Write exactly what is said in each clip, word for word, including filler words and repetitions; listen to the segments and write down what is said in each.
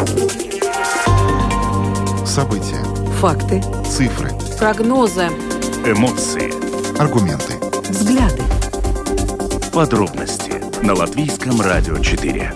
События. Факты. Цифры. Прогнозы. Эмоции. Аргументы. Взгляды. Подробности на Латвийском радио четыре.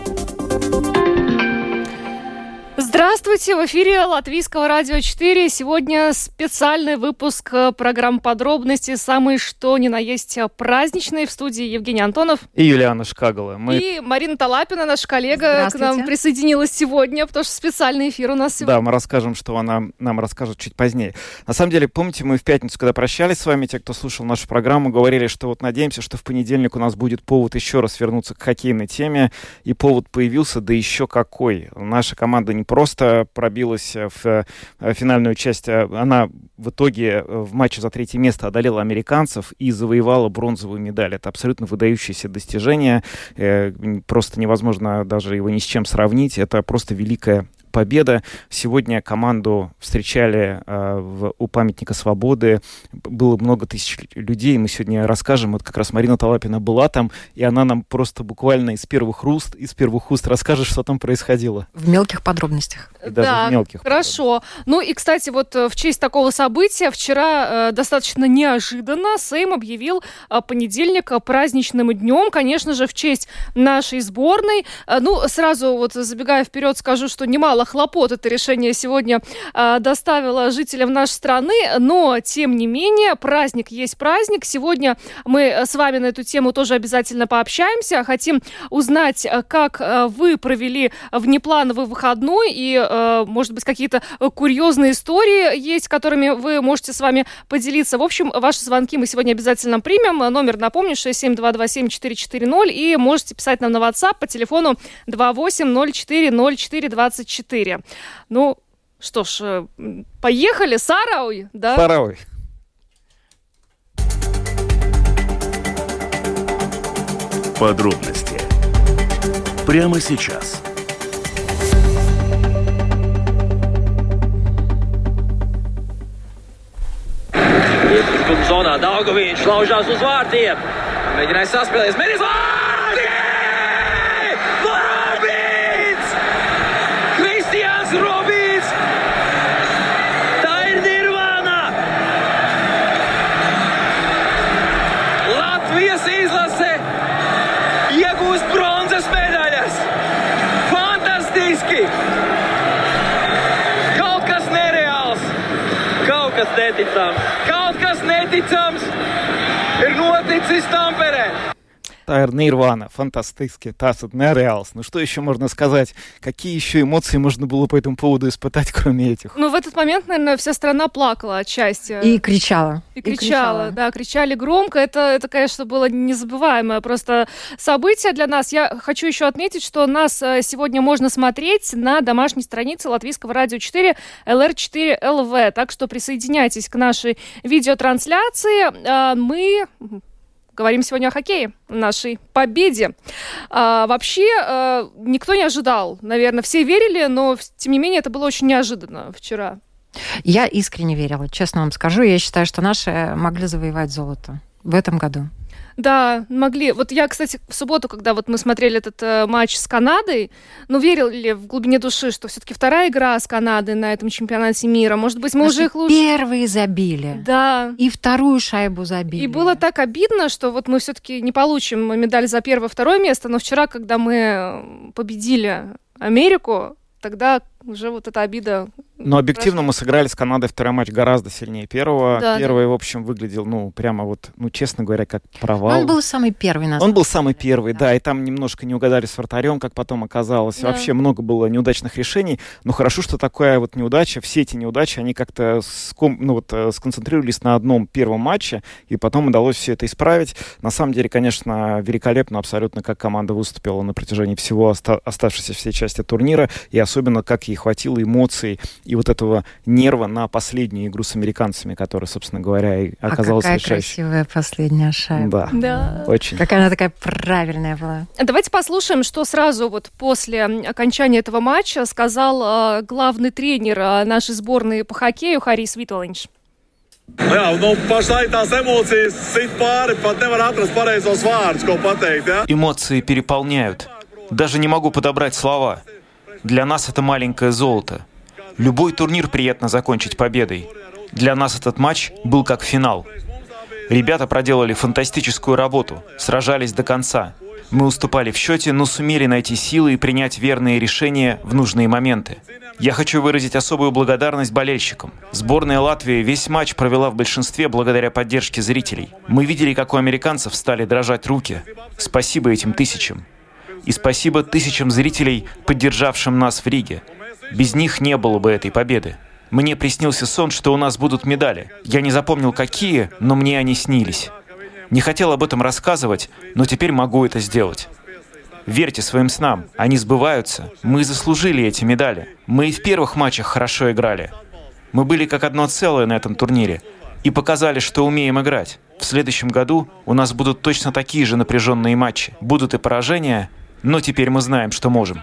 Здравствуйте! В эфире Латвийского радио четыре. Сегодня специальный выпуск программ «Подробности». Самый что ни на есть праздничный. В студии Евгений Антонов. И Юлиана Шкагала. Мы... И Марина Талапина, наша коллега, к нам присоединилась сегодня, потому что специальный эфир у нас сегодня. Да, мы расскажем, что она нам расскажет чуть позднее. На самом деле, помните, мы в пятницу, когда прощались с вами, те, кто слушал нашу программу, говорили, что вот надеемся, что в понедельник у нас будет повод еще раз вернуться к хоккейной теме. И повод появился, да еще какой. Наша команда не просто пробилась в финальную часть, она в итоге в матче за третье место одолела американцев и завоевала бронзовую медаль. Это абсолютно выдающееся достижение, просто невозможно даже его ни с чем сравнить. Это просто великая победа. Сегодня команду встречали э, в, у памятника Свободы. Было много тысяч людей. Мы сегодня расскажем. Вот как раз Марина Талапина была там, и она нам просто буквально из первых уст, из первых уст расскажет, что там происходило. В мелких подробностях. И даже да, в мелких. Хорошо. Ну и, кстати, вот в честь такого события вчера э, достаточно неожиданно Сейм объявил э, понедельник праздничным днем. Конечно же, в честь нашей сборной. Э, ну, сразу вот забегая вперед, скажу, что немало хлопот это решение сегодня э, доставило жителям нашей страны, но, тем не менее, праздник есть праздник. Сегодня мы с вами на эту тему тоже обязательно пообщаемся. Хотим узнать, как вы провели внеплановый выходной и, э, может быть, какие-то курьезные истории есть, которыми вы можете с вами поделиться. В общем, ваши звонки мы сегодня обязательно примем. Номер, напомню, шесть семь два два семь четыре четыре ноль, и можете писать нам на WhatsApp по телефону два восемь ноль четыре ноль четыре двадцать четыре. Ну, что ж, поехали, Сарауй, да? Сарауй. Подробности прямо сейчас. Zonā Daugaviņš laužās uz vārtiem. Mēģināja saspēlēties. Mēģinājis vārti! Robins! Kristians Robins! Tā ir nirvāna! Latvijas izlase iegūst bronzas medaļas! Fantastiski! Kaut kas nereāls! Kaut kas neticams! Kaut kas neticams ir noticis Tamperē. Тайр Нирвана, фантастически, тасот нереалс. Ну что еще можно сказать? Какие еще эмоции можно было по этому поводу испытать, кроме этих? Ну в этот момент, наверное, вся страна плакала от счастья. И кричала. И, и кричала, кричала, да, кричали громко. Это, это, конечно, было незабываемое просто событие для нас. Я хочу еще отметить, что нас сегодня можно смотреть на домашней странице Латвийского радио четыре эл эр четыре эл ви. Так что присоединяйтесь к нашей видеотрансляции. Мы... Говорим сегодня о хоккее, нашей победе. А, вообще, а, никто не ожидал. Наверное, все верили, но, тем не менее, это было очень неожиданно вчера. Я искренне верила, честно вам скажу. Я считаю, что наши могли завоевать золото в этом году. Да, могли. Вот я, кстати, в субботу, когда вот мы смотрели этот э, матч с Канадой, ну, верили в глубине души, что все-таки вторая игра с Канадой на этом чемпионате мира, может быть, мы Наши уже их лучше... Первые забили. Да. И вторую шайбу забили. И было так обидно, что вот мы все-таки не получим медаль за первое, второе место, но вчера, когда мы победили Америку, тогда уже вот эта обида... Но объективно мы сыграли с Канадой второй матч гораздо сильнее первого. Да, Первый, да. в общем, выглядел, ну, прямо вот, ну, честно говоря, как провал. Он был самый первый. Нас Он был самый первый, да. да, и там немножко не угадали с вратарем, как потом оказалось. Да. Вообще много было неудачных решений, но хорошо, что такая вот неудача, все эти неудачи, они как-то ском... ну, вот, сконцентрировались на одном первом матче, и потом удалось все это исправить. На самом деле, конечно, великолепно абсолютно, как команда выступила на протяжении всего оста... оставшейся всей части турнира, и особенно, как ей хватило эмоций и вот этого нерва на последнюю игру с американцами, которая, собственно говоря, и оказалась а какая решающей. красивая последняя шайба. Да, да, очень. Какая она такая правильная была. Давайте послушаем, что сразу вот после окончания этого матча сказал э, главный тренер э, нашей сборной по хоккею Харис Витолинш. Jā, nu, pašlaik tās emocijas sit pāri, pat nevar atrast pareizos vārdus, ko pateikt, ja? Эмоции переполняют. Даже не могу подобрать слова. Для нас это маленькое золото. Любой турнир приятно закончить победой. Для нас этот матч был как финал. Ребята проделали фантастическую работу, сражались до конца. Мы уступали в счете, но сумели найти силы и принять верные решения в нужные моменты. Я хочу выразить особую благодарность болельщикам. Сборная Латвии весь матч провела в большинстве благодаря поддержке зрителей. Мы видели, как у американцев стали дрожать руки. Спасибо этим тысячам. И спасибо тысячам зрителей, поддержавшим нас в Риге. Без них не было бы этой победы. Мне приснился сон, что у нас будут медали. Я не запомнил, какие, но мне они снились. Не хотел об этом рассказывать, но теперь могу это сделать. Верьте своим снам, они сбываются. Мы заслужили эти медали. Мы и в первых матчах хорошо играли. Мы были как одно целое на этом турнире и показали, что умеем играть. В следующем году у нас будут точно такие же напряженные матчи. Будут и поражения, но теперь мы знаем, что можем.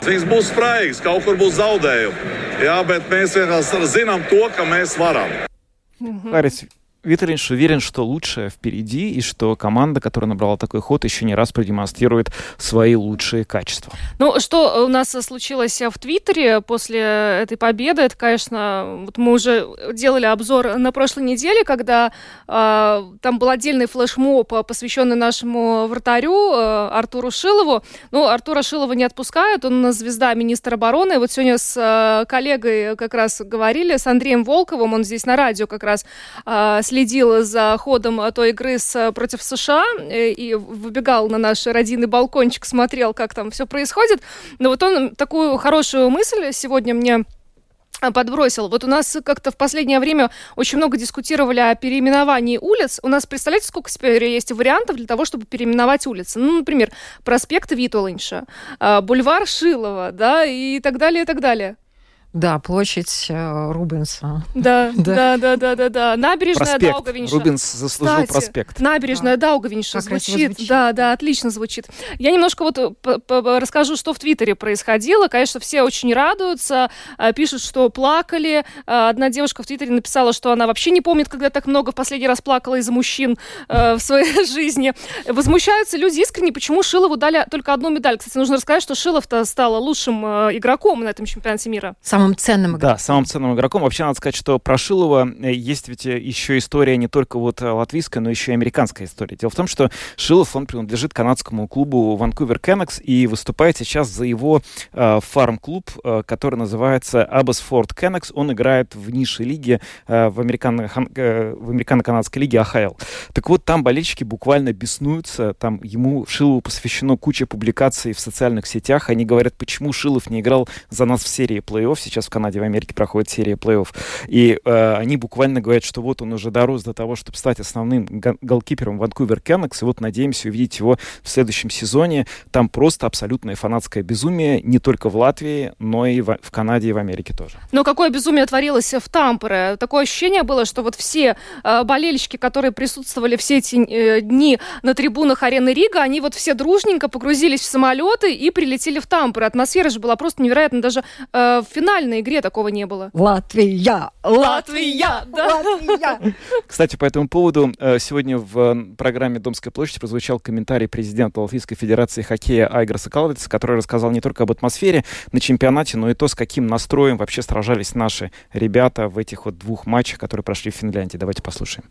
Харис Виталинш уверен, что лучшее впереди, и что команда, которая набрала такой ход, еще не раз продемонстрирует свои лучшие качества. Ну, что у нас случилось в Твиттере после этой победы, это, конечно, вот мы уже делали обзор на прошлой неделе, когда э, там был отдельный флешмоб, посвященный нашему вратарю э, Артуру Шилову. Ну, Артура Шилова не отпускают, он звезда, министр обороны. Вот сегодня с э, коллегой как раз говорили, с Андреем Волковым, он здесь на радио как раз э, следил за ходом той игры с, против США и выбегал на наш родийный балкончик, смотрел, как там все происходит. Но вот он такую хорошую мысль сегодня мне подбросил. Вот у нас как-то в последнее время очень много дискутировали о переименовании улиц. У нас, представляете, сколько теперь есть вариантов для того, чтобы переименовать улицы? Ну, например, проспект Витолинша, бульвар Шилова, да, и так далее, и так далее. Да, площадь э, Рубенса. Да, да, да, да, да, да. Набережная проспект. Даугавинша. Рубенс заслужил Кстати, проспект. Набережная да. Даугавинша Как звучит. звучит. Да, да, отлично звучит. Я немножко вот расскажу, что в Твиттере происходило. Конечно, все очень радуются, пишут, что плакали. Одна девушка в Твиттере написала, что она вообще не помнит, когда так много в последний раз плакала из-за мужчин э, в своей жизни. Возмущаются люди искренне, почему Шилову дали только одну медаль. Кстати, нужно рассказать, что Шилов-то стал лучшим э, игроком на этом чемпионате мира. Самым ценным игроком. Да, самым ценным игроком. Вообще, надо сказать, что про Шилова есть ведь еще история не только вот латвийская, но еще и американская история. Дело в том, что Шилов, он принадлежит канадскому клубу Vancouver Canucks и выступает сейчас за его э, фарм-клуб, э, который называется Abbotsford Canucks. Он играет в низшей лиге, э, в, американо- э, в американо-канадской лиге эй эйч эл. Так вот, там болельщики буквально беснуются. Там ему, Шилову, посвящено куча публикаций в социальных сетях. Они говорят, почему Шилов не играл за нас в серии плей-офф. Сейчас в Канаде, в Америке проходит серия плей-офф. И э, они буквально говорят, что вот он уже дорос до того, чтобы стать основным голкипером Vancouver Canucks. И вот надеемся увидеть его в следующем сезоне. Там просто абсолютное фанатское безумие не только в Латвии, но и в, в Канаде и в Америке тоже. Но какое безумие творилось в Тампере. Такое ощущение было, что вот все э, болельщики, которые присутствовали все эти э, дни на трибунах арены Рига, они вот все дружненько погрузились в самолеты и прилетели в Тампере. Атмосфера же была просто невероятная. Даже э, в финальной игре такого не было. Латвия! Латвия! Да. Латвия! Кстати, по этому поводу сегодня в программе «Домская площадь» прозвучал комментарий президента Латвийской Федерации хоккея Айграса Калвица, который рассказал не только об атмосфере на чемпионате, но и то, с каким настроем вообще сражались наши ребята в этих вот двух матчах, которые прошли в Финляндии. Давайте послушаем.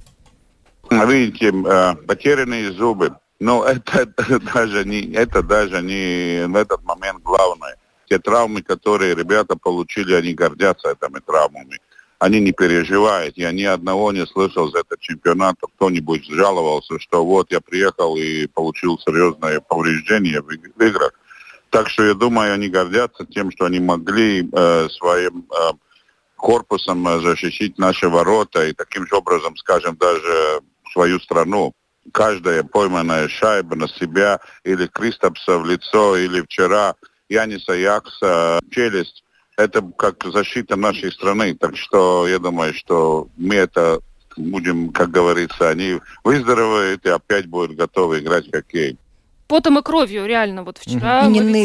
Видите, потерянные зубы. Но это даже не, это даже не в этот момент главное. Те травмы, которые ребята получили, они гордятся этими травмами. Они не переживают. Я ни одного не слышал за этот чемпионат, кто-нибудь жаловался, что вот я приехал и получил серьезное повреждение в играх. Так что я думаю, они гордятся тем, что они могли э, своим э, корпусом защитить наши ворота и таким же образом, скажем, даже свою страну. Каждая пойманная шайба на себя или Кристапса в лицо, или вчера Яниса Якса челюсть, это как защита нашей страны. Так что я думаю, что мы это будем, как говорится, они выздоровеют и опять будут готовы играть в хоккей. Потом и кровью, реально, вот вчера. И не мы... ныли.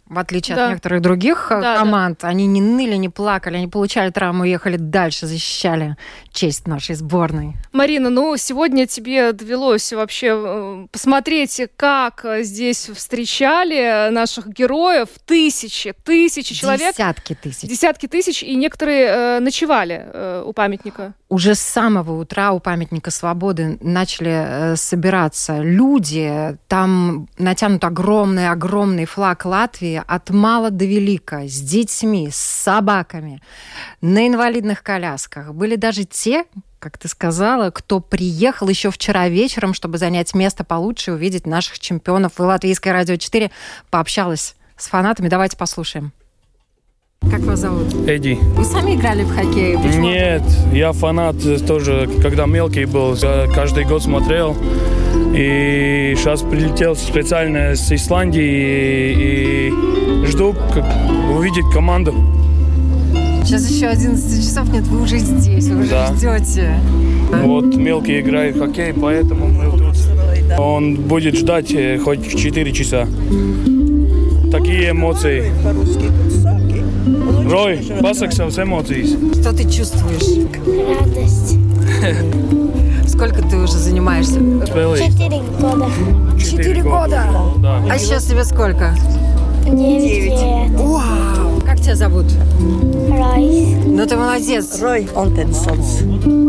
В отличие Да. от некоторых других э, Да, команд, они не ныли, не плакали, они получали травму и ехали дальше, защищали честь нашей сборной. Марина, ну, сегодня тебе довелось вообще э, посмотреть, как э, здесь встречали наших героев. Тысячи, тысячи человек. Десятки тысяч. Десятки тысяч, и некоторые э, ночевали э, у памятника. Уже с самого утра у памятника Свободы начали э, собираться люди. Там натянут огромный-огромный флаг Латвии от мала до велика, с детьми, с собаками, на инвалидных колясках. Были даже те, как ты сказала, кто приехал еще вчера вечером, чтобы занять место получше и увидеть наших чемпионов. И Латвийское радио четыре пообщалась с фанатами. Давайте послушаем. Как вас зовут? Эдди. Вы сами играли в хоккей? Почему? Нет, я фанат тоже, когда мелкий был, каждый год смотрел. И сейчас прилетел специально с Исландии и жду как, увидеть команду. Сейчас еще одиннадцать часов, нет, вы уже здесь, вы уже Да. ждете. Вот мелкий играет в хоккей, поэтому мы тут. Он будет ждать э, хоть четыре часа. Такие эмоции. Рой, pasaka savas эмоции. Что ты чувствуешь? Радость. Сколько ты уже занимаешься? Четыре года. Четыре года? Да. А сейчас тебе сколько? Девять лет. Вау! Как тебя зовут? Райс. Ну ты молодец. Рой Онтенсонс.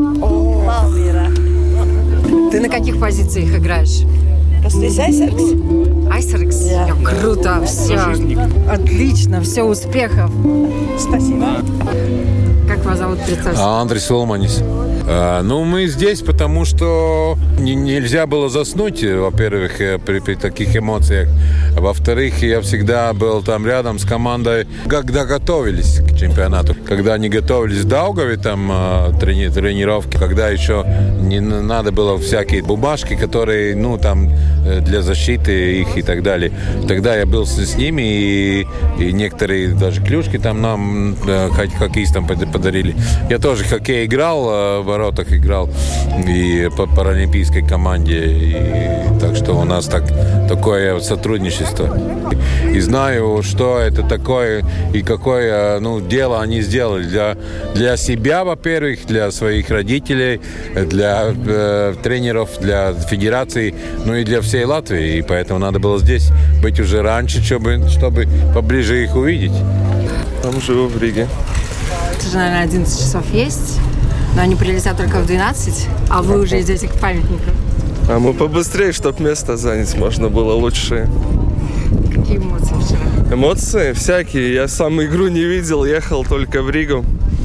Ты на каких позициях играешь? Здесь Айсеркс. Айсеркс? Да. Круто, все. Отлично, все, успехов. Спасибо. Как вас зовут, представьте? Андрей Соломанис. А, ну, мы здесь, потому что не, нельзя было заснуть, во-первых, при, при таких эмоциях. Во-вторых, я всегда был там рядом с командой, когда готовились к чемпионату. Когда они готовились в Даугаве, там трени, тренировки, когда еще не надо было всякие бумажки, которые, ну, там, для защиты их и так далее. Тогда я был с, с ними, и, и некоторые даже клюшки там нам, хоккеистам подарили. Я тоже в хоккей играл, в воротах играл, и по паралимпийской команде. И, так что у нас так, такое сотрудничество. И знаю, что это такое и какое, ну, дело они сделали для, для себя, во-первых, для своих родителей, для э, тренеров, для федерации, ну и для всей Латвии. И поэтому надо было здесь быть уже раньше, чтобы, чтобы поближе их увидеть. Там живу в Риге. Это же, наверное, одиннадцать часов есть, но они прилетят только в двенадцать, а вы уже идете к памятнику. А мы побыстрее, чтобы место занять можно было лучше. Какие эмоции вчера? Эмоции всякие. Я сам игру не видел, ехал только в Ригу.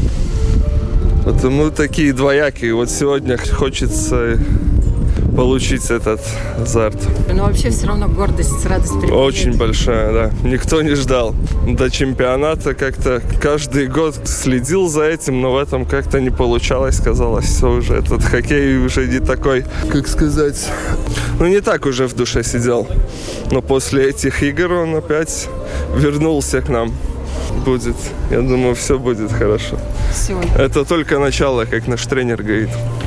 Потому такие двоякие. Вот сегодня хочется получить этот азарт. Но вообще все равно гордость, радость перед Очень большая, да. Никто не ждал. До чемпионата как-то каждый год следил за этим, но в этом как-то не получалось. Казалось, все уже, этот хоккей уже не такой, как сказать, ну не так уже в душе сидел. Но после этих игр он опять вернулся к нам. Будет, я думаю, все будет хорошо. Сегодня. Это только начало, как наш тренер говорит.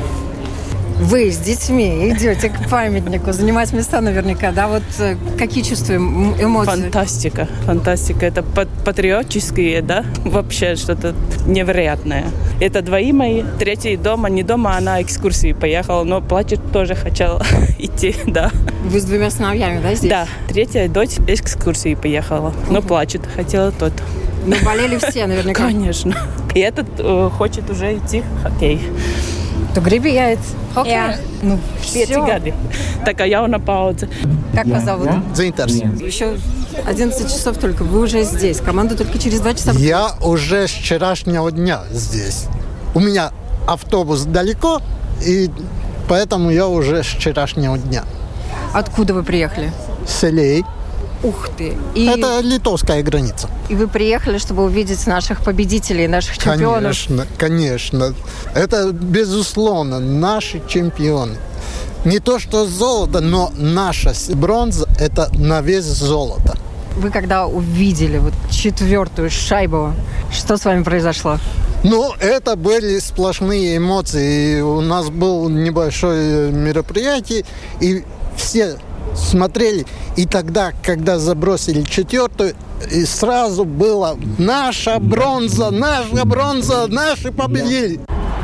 Вы с детьми идете к памятнику, занимать места наверняка, да? Вот какие чувства, эмоции? Фантастика, фантастика. Это патриотические, да? Вообще что-то невероятное. Это двои мои, третий дома, не дома, она экскурсии поехала, но плачет тоже хотела идти, да. Вы с двумя сыновьями, да, здесь? Да, третья дочь экскурсии поехала, но угу. плачет, хотела тот. Но болели все наверняка. Конечно. И этот э, хочет уже идти в хоккей. Tu gribi iet hokeja? Nu, Pieci gadi. Так, я на паузе. Как вас зовут? Дзинтерс. Еще одиннадцать часов только. Вы уже здесь. Команда только через два часа. Я уже с вчерашнего дня здесь. У меня автобус далеко, и поэтому я уже с вчерашнего дня. Откуда вы приехали? С Элей. Ух ты! И... Это литовская граница. И вы приехали, чтобы увидеть наших победителей, наших чемпионов? Конечно, конечно. Это, безусловно, наши чемпионы. Не то, что золото, но наша бронза – это на вес золота. Вы когда увидели вот четвертую шайбу, что с вами произошло? Ну, это были сплошные эмоции. У нас было небольшое мероприятие, и все смотрели. И тогда, когда забросили четвертую, и сразу было наша бронза, наша бронза, наши победили.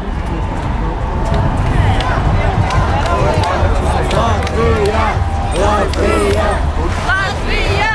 Латвия! Латвия! Латвия!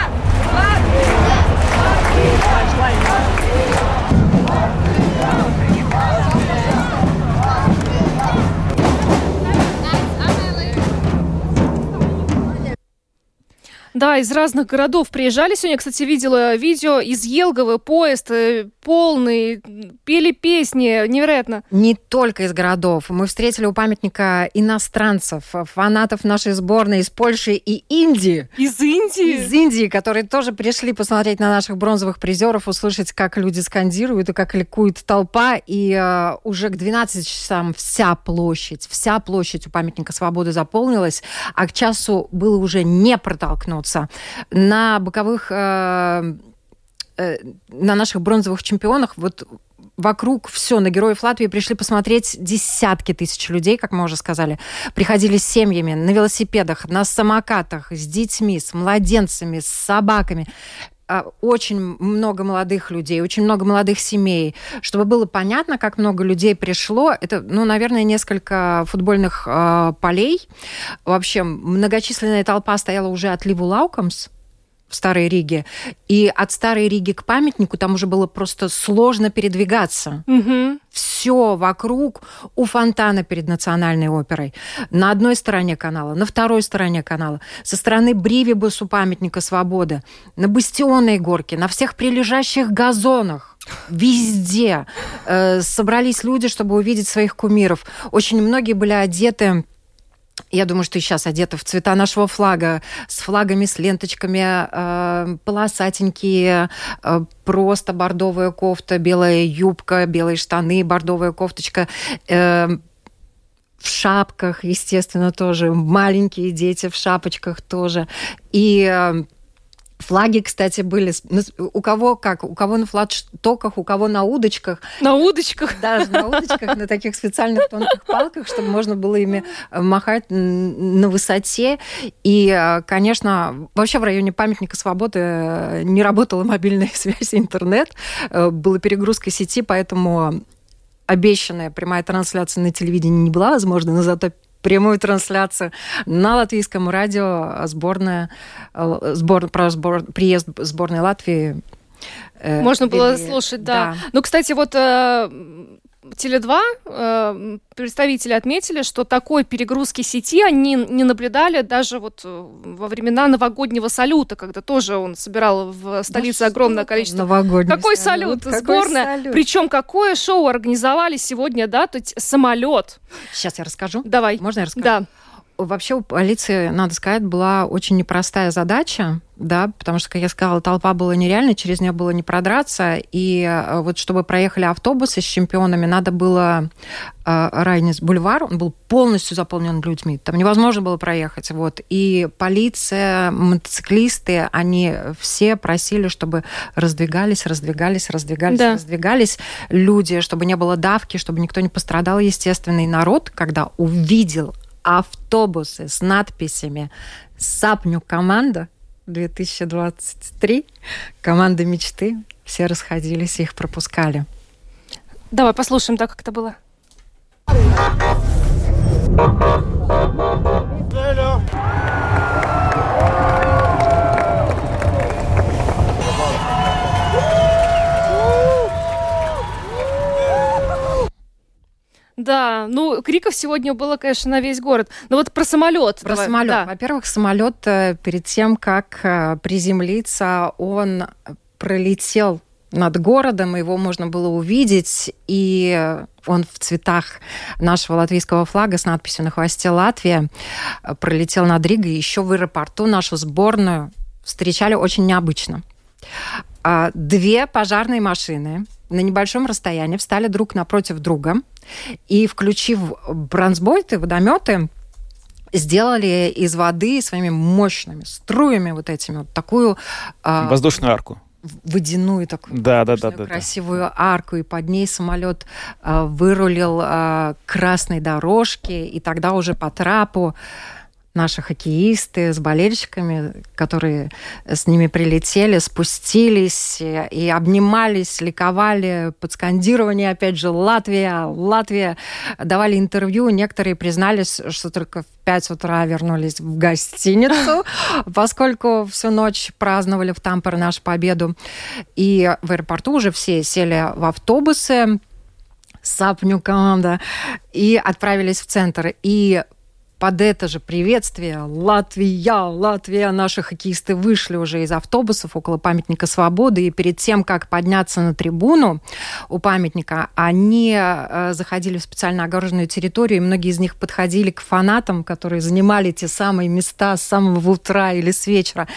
Да, из разных городов приезжали. Сегодня, кстати, видела видео из Елговы, поезд полный, пели песни, невероятно. Не только из городов. Мы встретили у памятника иностранцев, фанатов нашей сборной из Польши и Индии. Из Индии? Из Индии, которые тоже пришли посмотреть на наших бронзовых призеров, услышать, как люди скандируют и как ликует толпа. И э, уже к двенадцати часам вся площадь, вся площадь у памятника Свободы заполнилась, а к часу было уже не протолкнуться. На боковых, э, э, на наших бронзовых чемпионах, вот вокруг все, на героев Латвии пришли посмотреть десятки тысяч людей, как мы уже сказали. Приходили с семьями, на велосипедах, на самокатах, с детьми, с младенцами, с собаками. Очень много молодых людей, очень много молодых семей. Чтобы было понятно, как много людей пришло, это, ну, наверное, несколько футбольных э, полей. Вообще, многочисленная толпа стояла уже от Ливу Лаукамс в Старой Риге. И от Старой Риги к памятнику там уже было просто сложно передвигаться. Угу. Все вокруг у фонтана перед Национальной оперой. На одной стороне канала, на второй стороне канала. Со стороны Бривибус у памятника Свободы. На Бастионной горке, на всех прилежащих газонах. Везде э, собрались люди, чтобы увидеть своих кумиров. Очень многие были одеты... Я думаю, что и сейчас одеты в цвета нашего флага, с флагами, с ленточками, э, полосатенькие, э, просто бордовая кофта, белая юбка, белые штаны, бордовая кофточка, э, в шапках, естественно, тоже, маленькие дети в шапочках тоже. И... Э, Флаги, кстати, были у кого как, у кого на флагштоках, у кого на удочках. На удочках? Даже на удочках, на таких специальных тонких палках, чтобы можно было ими махать на высоте. И, конечно, вообще в районе памятника Свободы не работала мобильная связь и интернет. Была перегрузка сети, поэтому обещанная прямая трансляция на телевидении не была возможна, но зато прямую трансляцию на латвийском радио сборная, сбор, про сбор, приезд сборной Латвии. Э, Можно было или, слушать, да. да. Ну, кстати, вот э, Теле два э, представители отметили, что такой перегрузки сети они не наблюдали даже вот во времена новогоднего салюта, когда тоже он собирал в столице да огромное количество... Новогодний Какой салют? салют? Какой Сборная. салют? Причем какое шоу организовали сегодня, да, то есть самолет. Сейчас я расскажу. Давай. Можно я расскажу? Да. Вообще у полиции, надо сказать, была очень непростая задача, да, потому что, как я сказала, толпа была нереальной, через нее было не продраться, и вот чтобы проехали автобусы с чемпионами, надо было э, Райнис бульвар, он был полностью заполнен людьми, там невозможно было проехать, вот, и полиция, мотоциклисты, они все просили, чтобы раздвигались, раздвигались, раздвигались, да. раздвигались люди, чтобы не было давки, чтобы никто не пострадал, естественно, и народ, когда увидел автобусы с надписями «Сапню команда две тысячи двадцать три», команда мечты, все расходились и их пропускали. Давай послушаем, да, как это было. Да, ну, криков сегодня было, конечно, на весь город. Но вот про самолет. Про давай. самолет. Да. Во-первых, самолет перед тем, как приземлиться, он пролетел над городом, его можно было увидеть, и он в цветах нашего латвийского флага с надписью на хвосте «Латвия» пролетел над Ригой. Еще в аэропорту нашу сборную встречали очень необычно. Две пожарные машины на небольшом расстоянии встали друг напротив друга и, включив бронзбойты, водометы, сделали из воды своими мощными струями вот этими вот такую... Воздушную арку. Водяную такую да, да, да, да, красивую да. арку, и под ней самолет вырулил к красной дорожке, и тогда уже по трапу наши хоккеисты с болельщиками, которые с ними прилетели, спустились и обнимались, ликовали под скандирование, опять же, «Латвия, Латвия». Давали интервью, некоторые признались, что только в пять утра вернулись в гостиницу, поскольку всю ночь праздновали в Тампере нашу победу. И в аэропорту уже все сели в автобусы, Сапню команда, и отправились в центр. И под это же приветствие «Латвия, Латвия!» наши хоккеисты вышли уже из автобусов около памятника Свободы, и перед тем, как подняться на трибуну у памятника, они э, заходили в специально огороженную территорию, и многие из них подходили к фанатам, которые занимали те самые места с самого утра или с вечера,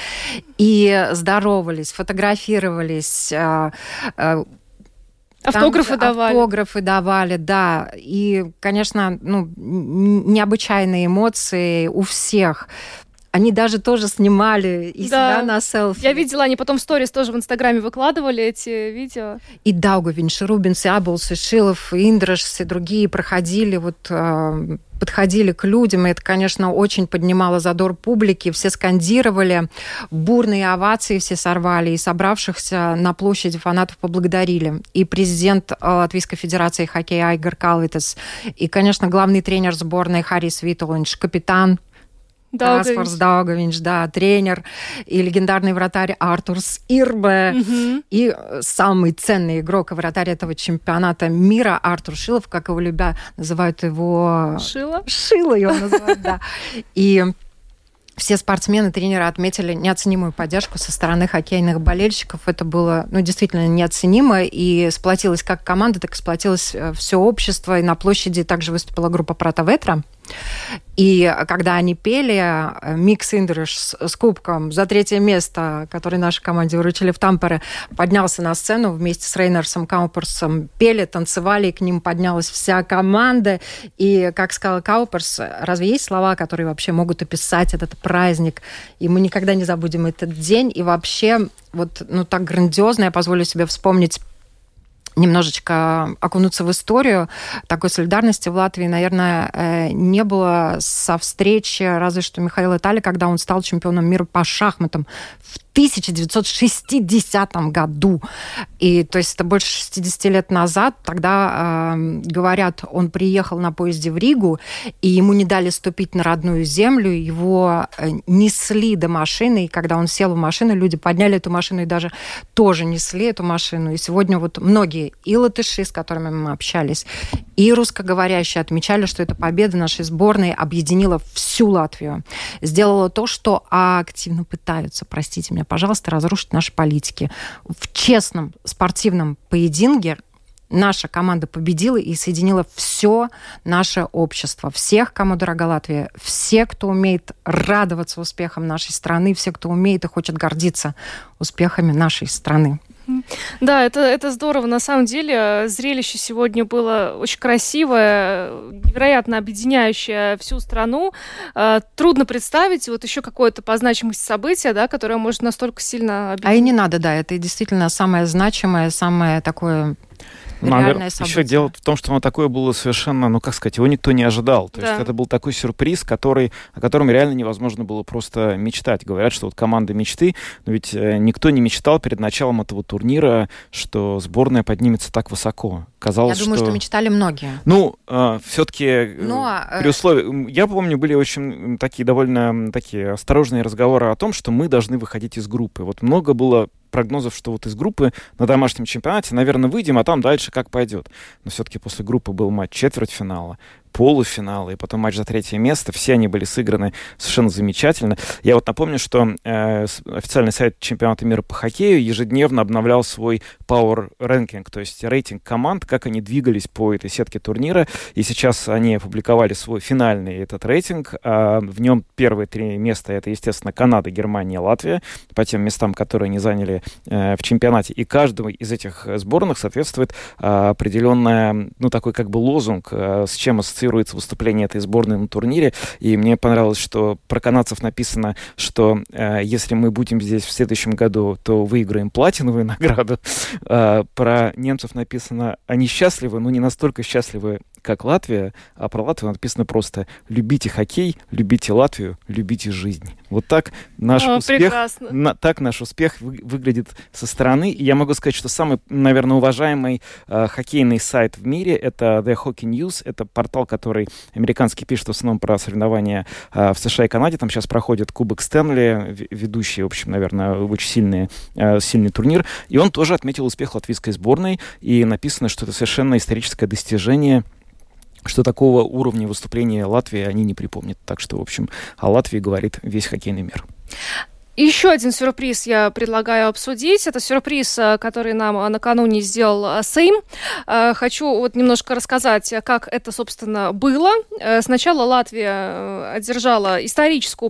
и здоровались, фотографировались, э, э, Автографы Там давали. Автографы давали, да. И, конечно, ну, необычайные эмоции у всех. Они даже тоже снимали и да. себя на селфи. Я видела, они потом в сторис тоже в Инстаграме выкладывали эти видео. И Даугавинш, и Рубинс, и Аболс, и Шилов, и Индраш, и другие проходили, вот, э, подходили к людям, и это, конечно, очень поднимало задор публики. Все скандировали, бурные овации все сорвали, и собравшихся на площади фанатов поблагодарили. И президент Латвийской Федерации хоккея Айгар Калвитас, и, конечно, главный тренер сборной Харис Витулинш, капитан Каспарс Даугавинш, да, тренер и легендарный вратарь Артурс Ирбе, mm-hmm. и самый ценный игрок и вратарь этого чемпионата мира Артур Шилов, как его любя, называют его... Шило? Шило его называют, да. И все спортсмены, тренеры отметили неоценимую поддержку со стороны хоккейных болельщиков. Это было, ну, действительно неоценимо, и сплотилась как команда, так и сплотилось все общество, и на площади также выступила группа Прата Ветра. И когда они пели «Микс Индриш» с, с кубком за третье место, который нашей команде вручили в Тампере, поднялся на сцену вместе с Рейнерсом Кауперсом, пели, танцевали, и к ним поднялась вся команда. И, как сказал Кауперс, разве есть слова, которые вообще могут описать этот праздник? И мы никогда не забудем этот день. И вообще, вот, ну, так грандиозно, я позволю себе вспомнить, немножечко окунуться в историю. Такой солидарности в Латвии, наверное, не было со встречи разве что Михаила Итали, когда он стал чемпионом мира по шахматам в тысяча девятьсот шестидесятом году. И, то есть это больше шестьдесят лет назад. Тогда, э, говорят, он приехал на поезде в Ригу, и ему не дали ступить на родную землю, его несли до машины, и когда он сел в машину, люди подняли эту машину и даже тоже несли эту машину. И сегодня вот многие и латыши, с которыми мы общались, и русскоговорящие отмечали, что эта победа нашей сборной объединила всю Латвию. Сделала то, что активно пытаются, простите меня, пожалуйста, разрушить наши политики. В честном спортивном поединке наша команда победила и соединила все наше общество. Всех, кому дорога Латвия, все, кто умеет радоваться успехам нашей страны, все, кто умеет и хочет гордиться успехами нашей страны. Да, это, это здорово. На самом деле зрелище сегодня было очень красивое, невероятно объединяющее всю страну. Трудно представить вот еще какое-то по значимости событие, да, которое может настолько сильно объединить. А и не надо, да, это действительно самое значимое, самое такое... Наверное, еще дело в том, что оно такое было совершенно, ну, как сказать, его никто не ожидал. То да. есть это был такой сюрприз, который, о котором реально невозможно было просто мечтать. Говорят, что вот команда мечты, но ведь никто не мечтал перед началом этого турнира, что сборная поднимется так высоко. Казалось, я думаю, что... что мечтали многие. Ну, э, все-таки но, при условии... Я помню, были очень такие довольно такие осторожные разговоры о том, что мы должны выходить из группы. Вот много было прогнозов, что вот из группы на домашнем чемпионате, наверное, выйдем, а там дальше как пойдет. Но все-таки после группы был матч четвертьфинала, полуфинала и потом матч за третье место. Все они были сыграны совершенно замечательно. Я вот напомню, что э, официальный сайт чемпионата мира по хоккею ежедневно обновлял свой Power Ranking, то есть рейтинг команд, как они двигались по этой сетке турнира. И сейчас они опубликовали свой финальный этот рейтинг. А в нем первые три места — это, естественно, Канада, Германия, Латвия, по тем местам, которые они заняли э, в чемпионате. И каждому из этих сборных соответствует э, определенная, ну, такой как бы лозунг, э, с чем ассоциируется выступление этой сборной на турнире. И мне понравилось, что про канадцев написано, что э, если мы будем здесь в следующем году, то выиграем платиновую награду. Э, про немцев написано: они счастливы, но не настолько счастливы, как Латвия, а про Латвию написано просто «любите хоккей, любите Латвию, любите жизнь». Вот так наш О, успех, на, так наш успех вы, выглядит со стороны. И я могу сказать, что самый, наверное, уважаемый э, хоккейный сайт в мире — это The Hockey News. Это портал, который американский пишет в основном про соревнования э, в США и Канаде. Там сейчас проходит Кубок Стэнли, ведущий, в общем, наверное, очень сильный, э, сильный турнир. И он тоже отметил успех латвийской сборной. И написано, что это совершенно историческое достижение, что такого уровня выступления Латвии они не припомнят. Так что, в общем, о Латвии говорит весь хоккейный мир. Еще один сюрприз я предлагаю обсудить. Это сюрприз, который нам накануне сделал Сейм. Хочу вот немножко рассказать, как это, собственно, было. Сначала Латвия одержала историческую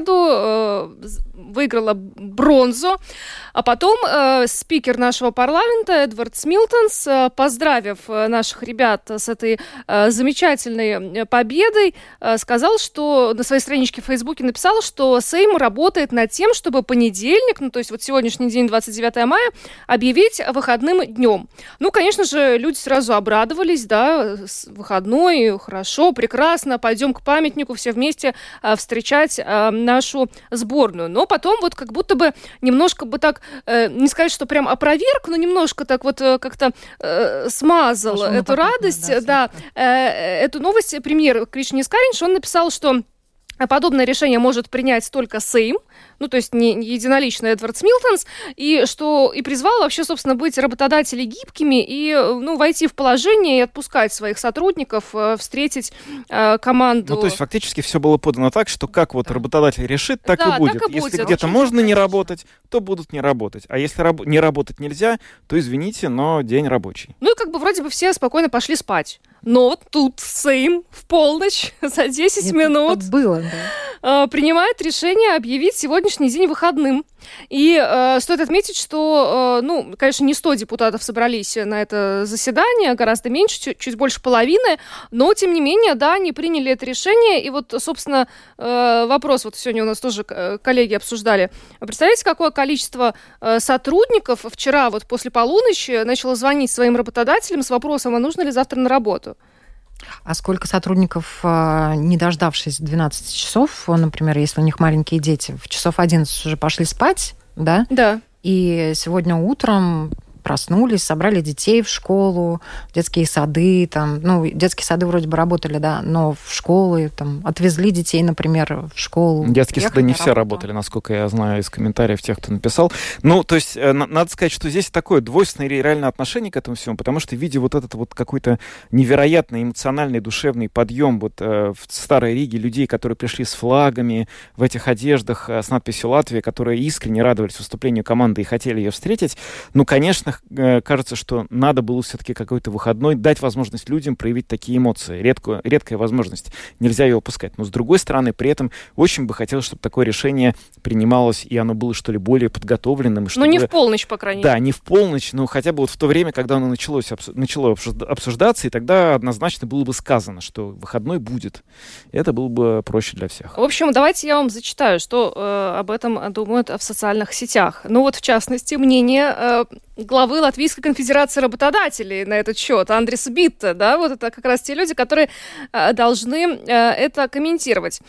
победу, выиграла бронзу, а потом спикер нашего парламента Эдвард Милтонс, поздравив наших ребят с этой замечательной победой, сказал, что на своей страничке в Фейсбуке написал, что Сейм работает над тем, чтобы понедельник, ну то есть вот сегодняшний день, двадцать девятое мая, объявить выходным днем. Ну, конечно же, люди сразу обрадовались, да, выходной, хорошо, прекрасно, пойдем к памятнику все вместе а, встречать а, нашу сборную. Но потом вот как будто бы немножко бы так, э, не сказать, что прям опроверг, но немножко так вот э, как-то э, смазал Пошел эту радость, да, да э, эту новость. Премьер Кришни Скаринш, он написал, что подобное решение может принять только Сейм, ну, то есть не, не единолично Эдвард Милтонс, и что и призвал вообще, собственно, быть работодателей гибкими и, ну, войти в положение и отпускать своих сотрудников, встретить э, команду. Ну, то есть фактически все было подано так, что как вот работодатель решит, так да, и будет. Так и если будет. где-то Очень можно конечно. не работать, то будут не работать. А если раб- не работать нельзя, то извините, но день рабочий. Ну и как бы вроде бы все спокойно пошли спать. Но вот тут Сейм в полночь за десять Это минут было, да. принимает решение объявить сегодняшний день выходным. И э, стоит отметить, что, э, ну, конечно, не сто депутатов собрались на это заседание, гораздо меньше, чуть, чуть больше половины, но, тем не менее, да, они приняли это решение. И вот, собственно, э, вопрос, вот сегодня у нас тоже коллеги обсуждали. Представляете, какое количество э, сотрудников вчера вот после полуночи начало звонить своим работодателям с вопросом, а нужно ли завтра на работу? А сколько сотрудников, не дождавшись двенадцати часов, например, если у них маленькие дети, в часов одиннадцать уже пошли спать, да? Да. И сегодня утром проснулись, собрали детей в школу, в детские сады, там, ну, детские сады вроде бы работали, да, но в школы, там, отвезли детей, например, в школу. Детские сады не все работали, насколько я знаю из комментариев тех, кто написал. Ну, то есть, э, надо сказать, что здесь такое двойственное реальное отношение к этому всему, потому что, видя вот этот вот какой-то невероятный эмоциональный, душевный подъем вот э, в Старой Риге людей, которые пришли с флагами, в этих одеждах э, с надписью «Латвия», которые искренне радовались выступлению команды и хотели ее встретить, ну, конечно, кажется, что надо было все-таки какой-то выходной дать возможность людям проявить такие эмоции. Редкую, редкая возможность. Нельзя ее упускать. Но, с другой стороны, при этом очень бы хотелось, чтобы такое решение принималось, и оно было, что ли, более подготовленным. Ну, не в полночь, по крайней мере. Да, не в полночь, но хотя бы вот в то время, когда оно началось, начало обсуждаться, и тогда однозначно было бы сказано, что выходной будет. И это было бы проще для всех. В общем, давайте я вам зачитаю, что э, об этом думают в социальных сетях. Ну вот, в частности, мнение э, главы Латвийской конфедерации работодателей на этот счет, Андрис Битта, да, вот это как раз те люди, которые э, должны э, это комментировать.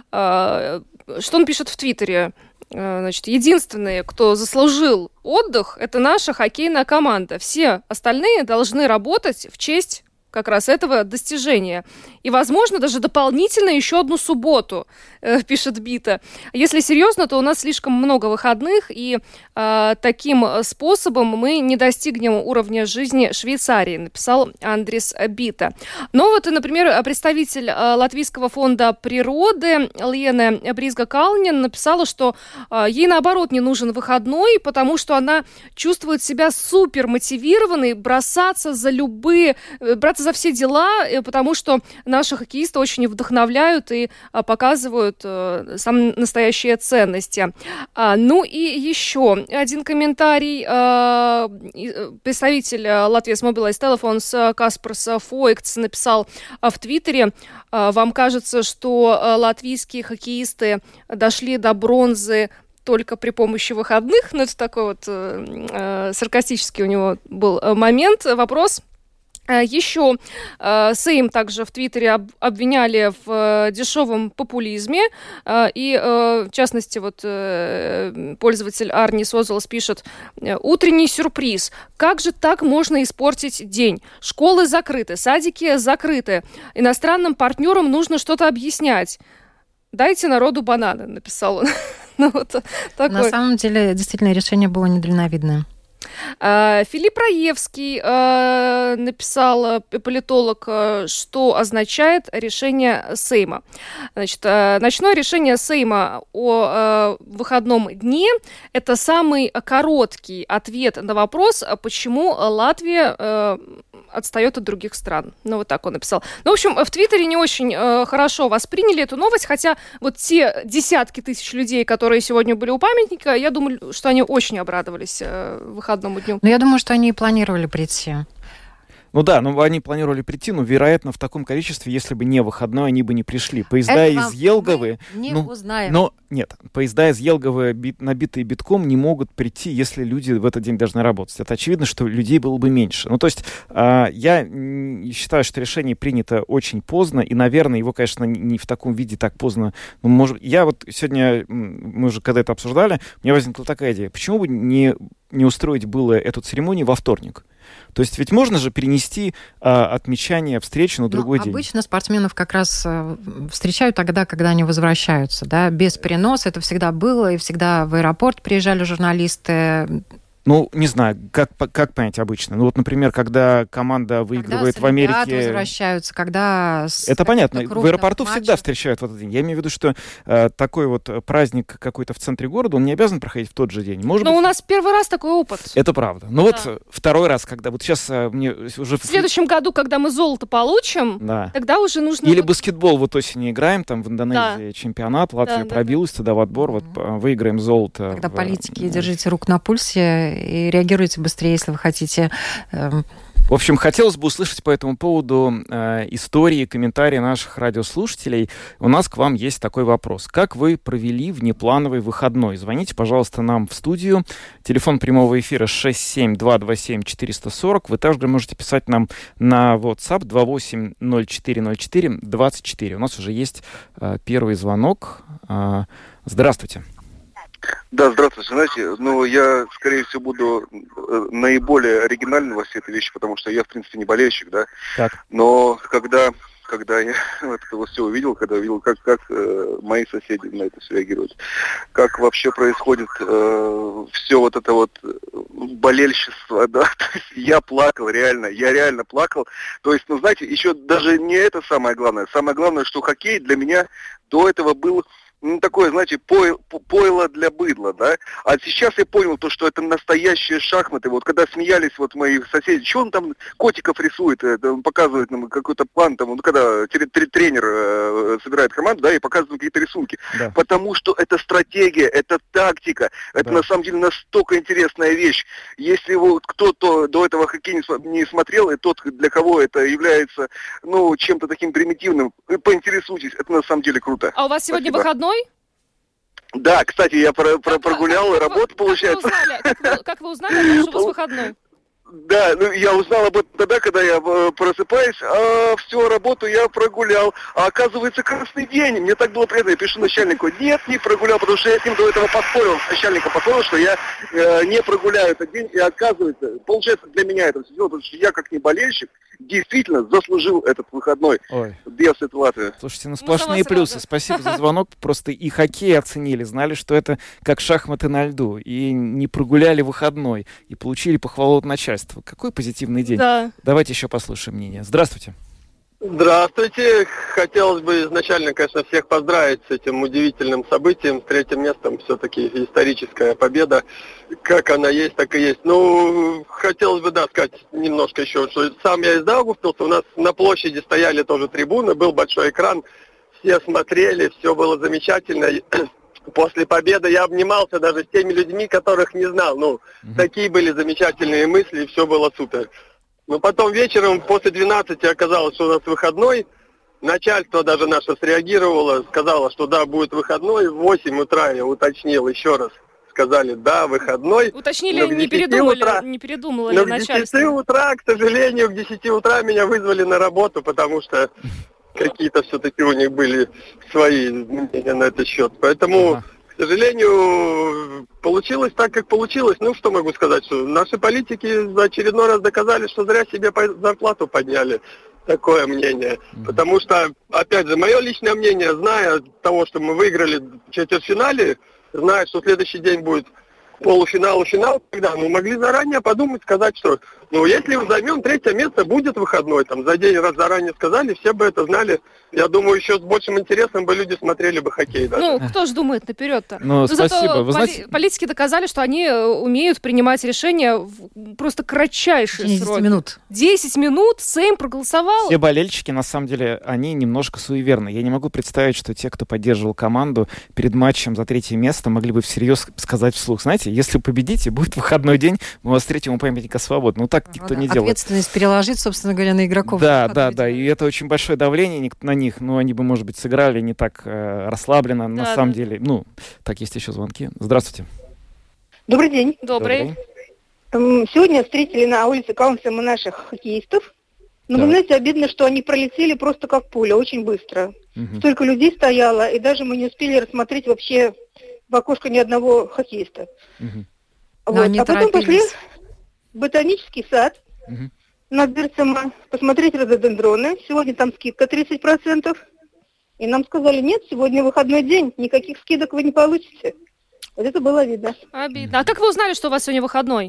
Э, что он пишет в Твиттере? Э, значит, единственные, кто заслужил отдых, это наша хоккейная команда. Все остальные должны работать в честь как раз этого достижения. И, возможно, даже дополнительно еще одну субботу, э, пишет Бита. Если серьезно, то у нас слишком много выходных, и э, таким способом мы не достигнем уровня жизни Швейцарии, написал Андрис Бита. Но вот, например, представитель э, Латвийского фонда природы Лена Бризга-Калнин написала, что э, ей, наоборот, не нужен выходной, потому что она чувствует себя супер мотивированной бросаться за любые, браться за все дела, потому что наши хоккеисты очень вдохновляют и а, показывают а, самые настоящие ценности. А, ну и еще один комментарий. А, представитель Латвийс Мобилайс Телефонс Каспарс Фойкц написал а, в Твиттере: а, вам кажется, что а, латвийские хоккеисты дошли до бронзы только при помощи выходных? Ну, это такой вот э, саркастический у него был момент, вопрос. Еще э, Сейм также в Твиттере об, обвиняли в э, дешевом популизме. Э, и, э, в частности, вот э, пользователь Арни Созолос пишет: «Утренний сюрприз. Как же так можно испортить день? Школы закрыты, садики закрыты. Иностранным партнерам нужно что-то объяснять. Дайте народу бананы», написал он. Ну, вот на самом деле, действительно, решение было недальновидное. Филипп Раевский э, написал, политолог, что означает решение Сейма. Значит, э, ночное решение Сейма о э, выходном дне – это самый короткий ответ на вопрос, почему Латвия э, отстает от других стран. Ну, вот так он написал. Ну, в общем, в Твиттере не очень э, хорошо восприняли эту новость, хотя вот те десятки тысяч людей, которые сегодня были у памятника, я думаю, что они очень обрадовались э, выходному дню. Но я думаю, что они и планировали прийти. Ну да, ну они планировали прийти, но, вероятно, в таком количестве, если бы не выходной, они бы не пришли. Поезда Это из Елговы... не ну, узнаем. Но нет, поезда из Елговы, бит, набитые битком, не могут прийти, если люди в этот день должны работать. Это очевидно, что людей было бы меньше. Ну то есть э, я считаю, что решение принято очень поздно, и, наверное, его, конечно, не в таком виде так поздно. Ну, может, я вот сегодня, мы уже когда это обсуждали, у меня возникла такая идея. Почему бы не, не устроить было эту церемонию во вторник? То есть ведь можно же перенести а, отмечание встречи на другой Но день. Обычно спортсменов как раз а, встречают тогда, когда они возвращаются, да, без переноса. Это всегда было, и всегда в аэропорт приезжали журналисты. Ну, не знаю, как, как понять обычно. Ну, вот, например, когда команда выигрывает когда в Америке... возвращаются, когда... Это понятно. В аэропорту матчев... всегда встречают в этот день. Я имею в виду, что э, такой вот праздник какой-то в центре города, он не обязан проходить в тот же день. Может Но быть... у нас первый раз такой опыт. Это правда. Ну да. вот второй раз, когда... Вот сейчас э, мне уже... В следующем году, когда мы золото получим, да. тогда уже нужно... Или баскетбол вот осенью играем, там в Индонезии да. чемпионат, Латвия да, пробилась да, туда в отбор, вот выиграем золото. Когда в... политики, держите руку на пульсе и реагируйте быстрее, если вы хотите. В общем, хотелось бы услышать по этому поводу э, истории, комментарии наших радиослушателей. У нас к вам есть такой вопрос. Как вы провели внеплановый выходной? Звоните, пожалуйста, нам в студию. Телефон прямого эфира шесть семь два два семь четыреста сорок. Вы также можете писать нам на WhatsApp два восемь ноль четыре ноль четыре двадцать четыре. У нас уже есть э, первый звонок. Э, здравствуйте. Да, здравствуйте. Знаете, ну, я, скорее всего, буду э, наиболее оригинальным во всей этой вещи, потому что я, в принципе, не болельщик, да. Так. Но когда, когда я вот это все увидел, когда увидел, как, как э, мои соседи на это все реагируют, как вообще происходит э, все вот это вот болельщество, да, я плакал, реально, я реально плакал. То есть, ну, знаете, еще даже не это самое главное. Самое главное, что хоккей для меня до этого был... Ну, такое, знаете, пойло, пойло для быдла, да. А сейчас я понял то, что это настоящие шахматы. Вот когда смеялись вот мои соседи, что он там котиков рисует, это, он показывает нам какой-то план, там, ну, когда тренер э, собирает команду, да, и показывает какие-то рисунки. Да. Потому что это стратегия, это тактика, это да. на самом деле настолько интересная вещь. Если вот кто-то до этого хоккей не смотрел, и тот, для кого это является, ну, чем-то таким примитивным, поинтересуйтесь, это на самом деле круто. А у вас сегодня Спасибо. Выходной? Да, кстати, я про, про, прогулял как, работу, как получается. Вы узнали, как, вы, как вы узнали, что у вас выходной? Да, ну я узнал об этом тогда, когда я просыпаюсь, а всю работу я прогулял. А оказывается, красный день. Мне так было приятно. Я пишу начальнику: нет, не прогулял, потому что я с ним до этого поспорил, с начальником поспорил, что я э, не прогуляю этот день. И оказывается, получается, для меня это все дело, потому что я, как не болельщик, действительно заслужил этот выходной. Ой. Без этой Латвии. Слушайте, ну сплошные ну, плюсы. Рада. Спасибо за звонок. Просто и хоккей оценили, знали, что это как шахматы на льду. И не прогуляли выходной. И получили похвалу от начальства. Какой позитивный день. Да. Давайте еще послушаем мнение. Здравствуйте. Здравствуйте. Хотелось бы изначально, конечно, всех поздравить с этим удивительным событием, с третьим местом. Все-таки историческая победа. Как она есть, так и есть. Ну, хотелось бы, да, сказать немножко еще, что сам я из Даугавпилса. У нас на площади стояли тоже трибуны, был большой экран. Все смотрели, все было замечательно. После победы я обнимался даже с теми людьми, которых не знал. Ну, mm-hmm. такие были замечательные мысли, и все было супер. Но потом вечером, после двенадцати, оказалось, что у нас выходной. Начальство даже наше среагировало, сказало, что да, будет выходной. В восемь утра я уточнил еще раз, сказали, да, выходной. Уточнили, не передумали, утра, не передумало ли но начальство? к десяти утра, к сожалению, к десяти утра меня вызвали на работу, потому что какие-то все-таки у них были свои мнения на этот счет. Поэтому, ага. к сожалению, получилось так, как получилось. Ну, что могу сказать, что наши политики в очередной раз доказали, что зря себе зарплату подняли. Такое мнение. Mm-hmm. Потому что, опять же, мое личное мнение, зная того, что мы выиграли в четвертьфинале, зная, что следующий день будет полуфинал, финал, когда мы могли заранее подумать, сказать, что, ну, если мы займем третье место, будет выходной, там, за день раз заранее сказали, все бы это знали. Я думаю, еще с большим интересом бы люди смотрели бы хоккей даже. Ну, кто же думает наперед-то? Ну, Но спасибо. Зато Вы знаете... политики доказали, что они умеют принимать решения в просто кратчайшие десять сроки. минут. десять минут, Сейм проголосовал. Все болельщики, на самом деле, они немножко суеверны. Я не могу представить, что те, кто поддерживал команду перед матчем за третье место, могли бы всерьез сказать вслух, знаете, если победите, будет выходной день, мы вас встретим у памятника свободы. Ну, так никто ну, не да. делает. Ответственность переложить, собственно говоря, на игроков. Да, да, да, и это очень большое давление на них, но они бы, может быть, сыграли не так э, расслабленно, да, на самом да. деле. Ну, так, есть еще звонки. Здравствуйте. Добрый день. Добрый. Добрый. Сегодня встретили на улице Каунса мы наших хоккеистов. Но, да. вы знаете, обидно, что они пролетели просто как пуля, очень быстро. Угу. Столько людей стояло, и даже мы не успели рассмотреть вообще в окошко ни одного хоккеиста. Угу. Вот. А потом торопились. Пошли в ботанический сад. Угу. На Дзерцема посмотреть рододендроны. Сегодня там скидка тридцать процентов. И нам сказали, нет, сегодня выходной день, никаких скидок вы не получите. Вот это было видно. Обидно. А как вы узнали, что у вас сегодня выходной?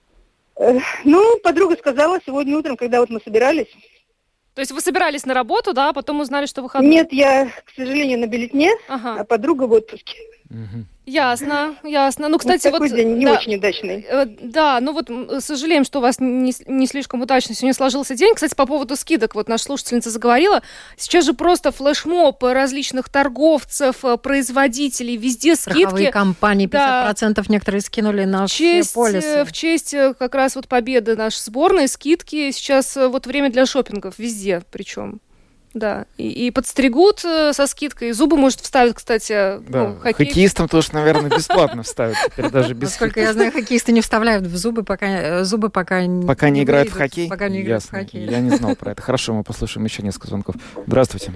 Э, ну, подруга сказала сегодня утром, когда вот мы собирались. То есть вы собирались на работу, да, а потом узнали, что выходной? Нет, я, к сожалению, на бюллетне, ага. а подруга в отпуске. Угу. Ясно, ясно. Ну, кстати, вот... Такой вот, день не да, очень удачный. Э, да, ну вот сожалеем, что у вас не, не слишком удачно сегодня сложился день. Кстати, по поводу скидок, вот наша слушательница заговорила. Сейчас же просто флешмоб различных торговцев, производителей, везде скидки. Страховые компании пятьдесят процентов да. некоторые скинули на честь, все полисы. В честь как раз вот победы нашей сборной, скидки. Сейчас вот время для шопингов везде причем. Да, и, и подстригут э, со скидкой, зубы, может, вставят, кстати, да. ну, хоккей. Хоккеистам тоже, наверное, бесплатно вставят, теперь даже без Насколько я знаю, хоккеисты не вставляют в зубы, пока зубы пока не Пока не играют в хоккей? Пока не играют в хоккей. Я не знал про это. Хорошо, мы послушаем еще несколько звонков. Здравствуйте.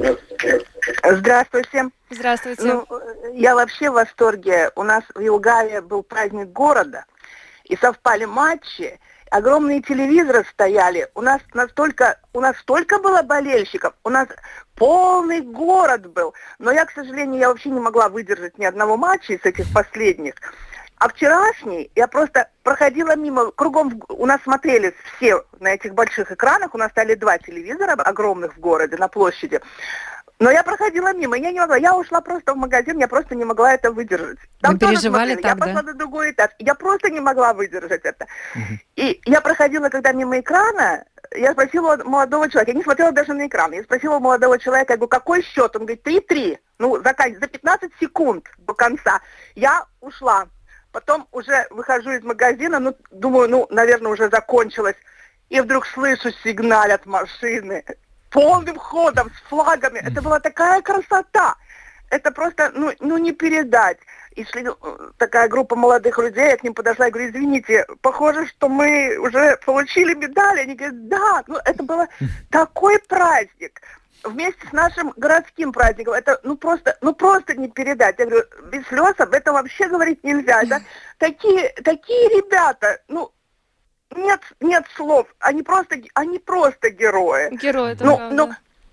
Здравствуйте. Здравствуйте. Ну, я вообще в восторге. У нас в Елгаве был праздник города, и совпали матчи. Огромные телевизоры стояли. У нас настолько, у нас столько было болельщиков. У нас полный город был. Но я, к сожалению, я вообще не могла выдержать ни одного матча из этих последних. А вчерашний я просто проходила мимо, кругом у нас смотрели все на этих больших экранах. У нас стали два телевизора огромных в городе, на площади. Но я проходила мимо, я не могла. Я ушла просто в магазин, я просто не могла это выдержать. Там Вы переживали смотрели, так, я да? пошла на другой этаж. Я просто не могла выдержать это. Uh-huh. И я проходила, когда мимо экрана, я спросила у молодого человека, я не смотрела даже на экран, я спросила у молодого человека, я говорю, какой счет? Он говорит, три-три. Ну, за, за пятнадцать секунд до конца. Я ушла. Потом уже выхожу из магазина, ну, думаю, ну, наверное, уже закончилось. И вдруг слышу сигналь от машины. Полным ходом, с флагами. Это была такая красота. Это просто, ну, ну не передать. И шли такая группа молодых людей, я к ним подошла и говорю, извините, похоже, что мы уже получили медали. Они говорят, да, ну это был такой праздник. Вместе с нашим городским праздником. Это, ну просто, ну просто не передать. Я говорю, без слез об этом вообще говорить нельзя. Это такие, такие ребята, ну, Нет, нет слов. Они просто, они просто герои. Герои, это ну, правда. Ну,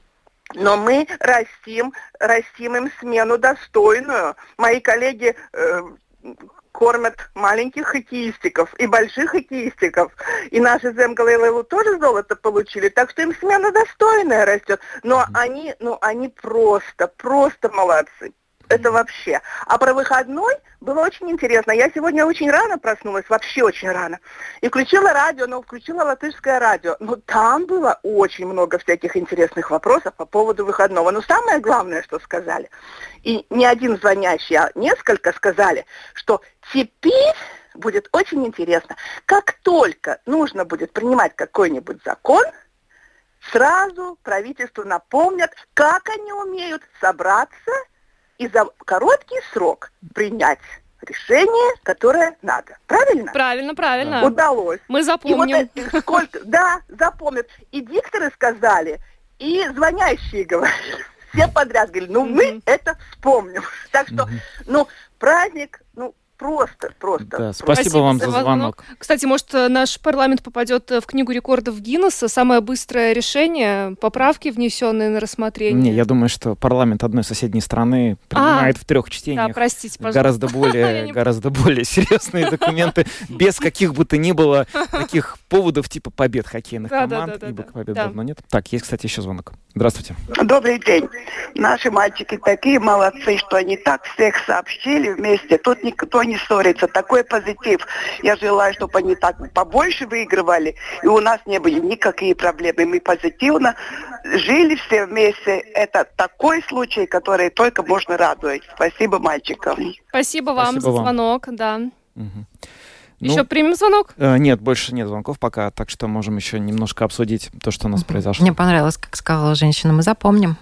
но мы растим, растим им смену достойную. Мои коллеги э, кормят маленьких хоккеистиков и больших хоккеистиков. И наши Земгала и Лейлу тоже золото получили. Так что им смена достойная растет. Но они, ну, они просто, просто молодцы. Это вообще. А про выходной было очень интересно. Я сегодня очень рано проснулась, вообще очень рано. И включила радио, но включила латышское радио. Но там было очень много всяких интересных вопросов по поводу выходного. Но самое главное, что сказали, и не один звонящий, а несколько сказали, что теперь будет очень интересно. Как только нужно будет принимать какой-нибудь закон, сразу правительству напомнят, как они умеют собраться и за короткий срок принять решение, которое надо. Правильно? Правильно, правильно. Удалось. Мы запомним. И вот сколько, да, запомнят. И дикторы сказали, и звонящие говорили. Все подряд говорили, ну, мы это вспомним. Так что, ну, праздник, ну, Просто, просто. Да, спасибо, спасибо вам за звонок. звонок. Кстати, может, наш парламент попадет в книгу рекордов Гиннесса. Самое быстрое решение, поправки, внесенные на рассмотрение. Не, я думаю, что парламент одной соседней страны принимает а, в трех чтениях да, простите, пожалуйста. гораздо более, гораздо более серьезные документы, без каких бы то ни было таких поводов типа побед хоккейных команд, ибо побед давно нет. Так, есть, кстати, еще звонок. Здравствуйте. Добрый день. Наши мальчики такие молодцы, что они так всех сообщили вместе. Тут никто не ссорится. Такой позитив. Я желаю, чтобы они так побольше выигрывали, и у нас не были никакие проблемы. Мы позитивно жили все вместе. Это такой случай, который только можно радовать. Спасибо мальчикам. Спасибо вам Спасибо за вам. звонок. Да. Угу. Еще ну, примем звонок? Э, нет, больше нет звонков пока, так что можем еще немножко обсудить то, что у нас произошло. Мне понравилось, как сказала женщина, мы запомним.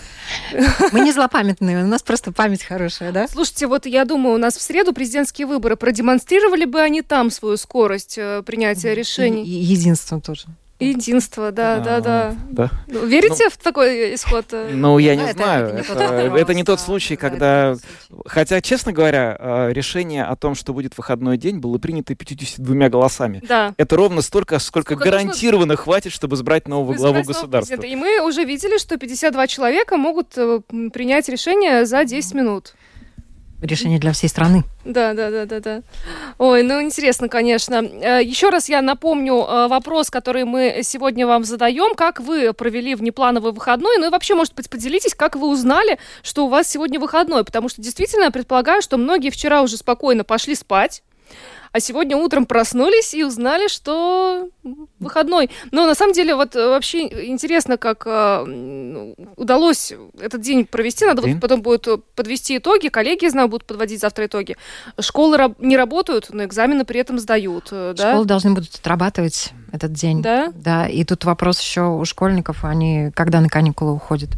Мы не злопамятные, у нас просто память хорошая, да? Слушайте, вот я думаю, у нас в среду президентские выборы. Продемонстрировали бы они там свою скорость принятия решений? И единство тоже. Единство, да, да, да. да. Верите ну, в такой исход? Ну, я не да, знаю. Это, это, это, это, это, это не тот случай, когда... Хотя, честно говоря, решение о том, что будет выходной день, было принято пятьюдесятью двумя голосами. Да. Это ровно столько, сколько, сколько гарантированно нужно... хватит, чтобы избрать нового главу государства. И мы уже видели, что пятьдесят два человека могут принять решение за десять минут. Решение для всей страны. Да, да, да, да, да. Ой, ну интересно, конечно. Еще раз я напомню вопрос, который мы сегодня вам задаем. Как вы провели внеплановый выходной? Ну и вообще, может быть, поделитесь, как вы узнали, что у вас сегодня выходной? Потому что действительно я предполагаю, что многие вчера уже спокойно пошли спать, а сегодня утром проснулись и узнали, что выходной. Но на самом деле вот вообще интересно, как э, удалось этот день провести. Надо вот потом будет подвести итоги. Коллеги, я знаю, будут подводить завтра итоги. Школы раб- не работают, но экзамены при этом сдают. Да? Школы должны будут отрабатывать этот день. Да? Да. И тут вопрос еще у школьников, они когда на каникулы уходят?